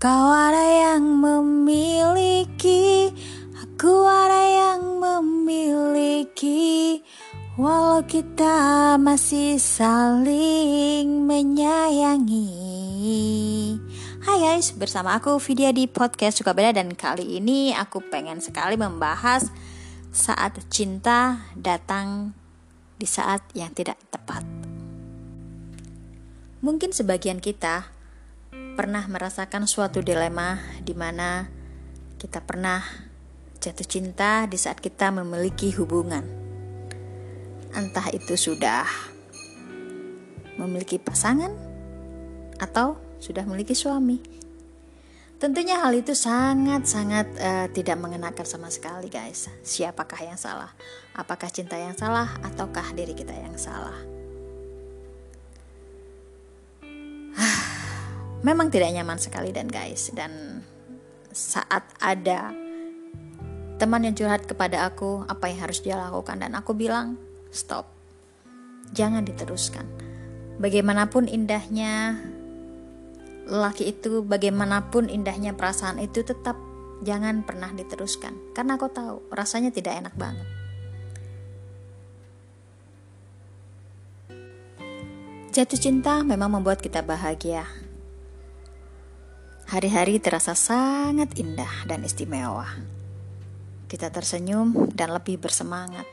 Kau ada yang memiliki, aku ada yang memiliki, walau kita masih saling menyayangi. Hai guys, bersama aku Vidya di podcast Suka Beda. Dan kali ini aku pengen sekali membahas saat cinta datang di saat yang tidak tepat. Mungkin sebagian kita pernah merasakan suatu dilema di mana kita pernah jatuh cinta di saat kita memiliki hubungan. Entah itu sudah memiliki pasangan atau sudah memiliki suami. Tentunya hal itu sangat-sangat tidak mengenakan sama sekali guys. Siapakah yang salah? Apakah cinta yang salah ataukah diri kita yang salah? Memang tidak nyaman sekali dan saat ada teman yang curhat kepada aku apa yang harus dia lakukan, dan aku bilang stop, jangan diteruskan. Bagaimanapun indahnya lelaki itu, bagaimanapun indahnya perasaan itu, tetap jangan pernah diteruskan, karena aku tahu rasanya tidak enak banget. Jatuh cinta memang membuat kita bahagia. Hari-hari terasa sangat indah dan istimewa. Kita tersenyum dan lebih bersemangat.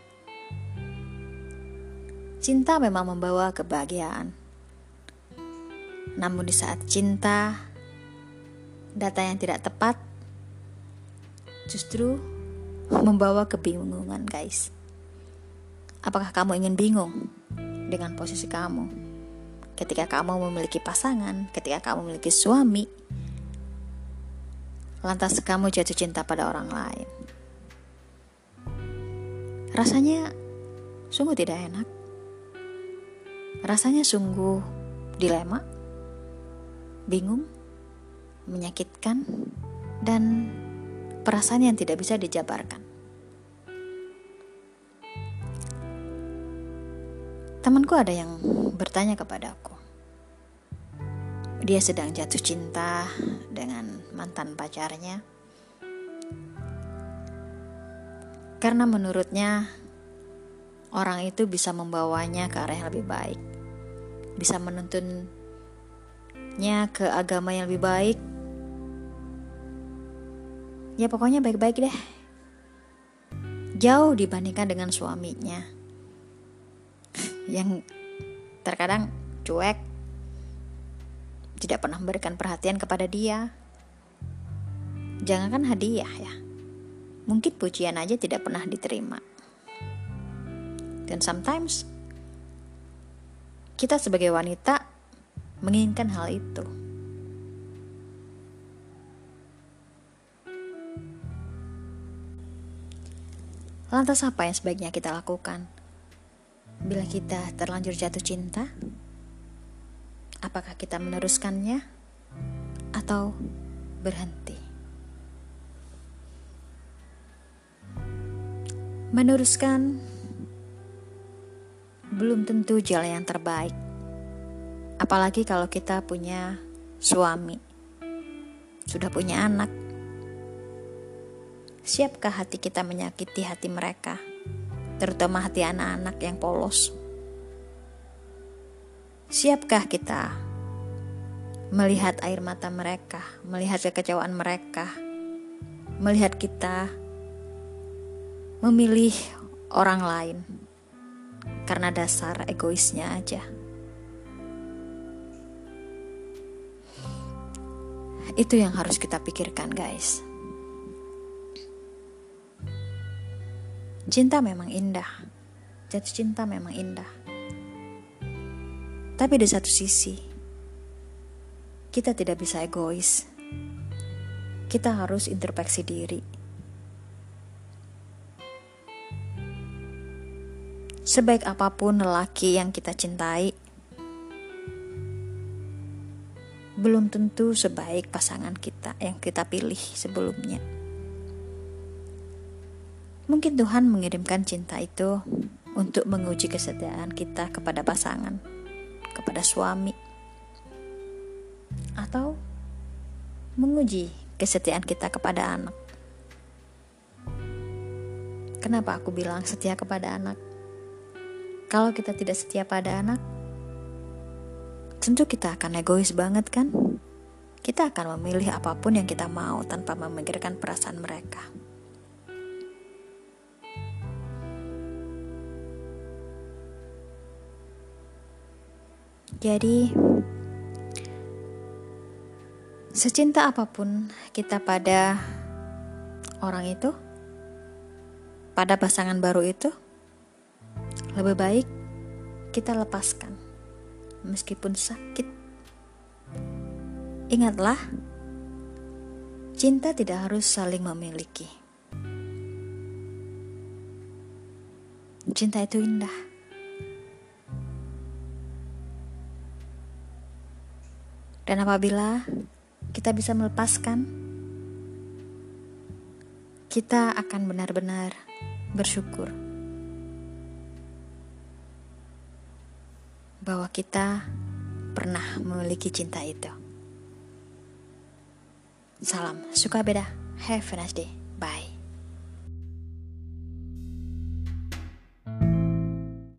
Cinta memang membawa kebahagiaan. Namun di saat cinta datang yang tidak tepat, justru membawa kebingungan guys. Apakah kamu ingin bingung dengan posisi kamu? Ketika kamu memiliki pasangan, ketika kamu memiliki suami, lantas kamu jatuh cinta pada orang lain. Rasanya sungguh tidak enak. Rasanya sungguh dilema, bingung, menyakitkan, dan perasaan yang tidak bisa dijabarkan. Temanku ada yang bertanya kepadaku. Dia sedang jatuh cinta dengan mantan pacarnya karena menurutnya orang itu bisa membawanya ke arah yang lebih baik, bisa menuntunnya ke agama yang lebih baik. Ya pokoknya baik-baik deh, jauh dibandingkan dengan suaminya yang terkadang cuek, tidak pernah memberikan perhatian kepada dia. Jangankan hadiah ya, mungkin pujian aja tidak pernah diterima. Dan sometimes kita sebagai wanita menginginkan hal itu. Lantas apa yang sebaiknya kita lakukan bila kita terlanjur jatuh cinta? Apakah kita meneruskannya atau berhenti? Meneruskan belum tentu jalan yang terbaik. Apalagi kalau kita punya suami, sudah punya anak. Siapkah hati kita menyakiti hati mereka, terutama hati anak-anak yang polos? Siapkah kita melihat air mata mereka, melihat kekecewaan mereka, melihat kita memilih orang lain karena dasar egoisnya aja? Itu yang harus kita pikirkan guys. Cinta memang indah, jatuh cinta memang indah. Tapi di satu sisi, kita tidak bisa egois. Kita harus introspeksi diri. Sebaik apapun lelaki yang kita cintai, belum tentu sebaik pasangan kita yang kita pilih sebelumnya. Mungkin Tuhan mengirimkan cinta itu untuk menguji kesetiaan kita kepada pasangan, kepada suami, atau menguji kesetiaan kita kepada anak. Kenapa aku bilang setia kepada anak? Kalau kita tidak setia pada anak, tentu kita akan egois banget kan? Kita akan memilih apapun yang kita mau tanpa memikirkan perasaan mereka. Jadi, secinta apapun kita pada orang itu, pada pasangan baru itu, lebih baik kita lepaskan, meskipun sakit. Ingatlah, cinta tidak harus saling memiliki. Cinta itu indah. Dan apabila kita bisa melepaskan, kita akan benar-benar bersyukur bahwa kita pernah memiliki cinta itu. Salam suka beda. Have a nice day. Bye.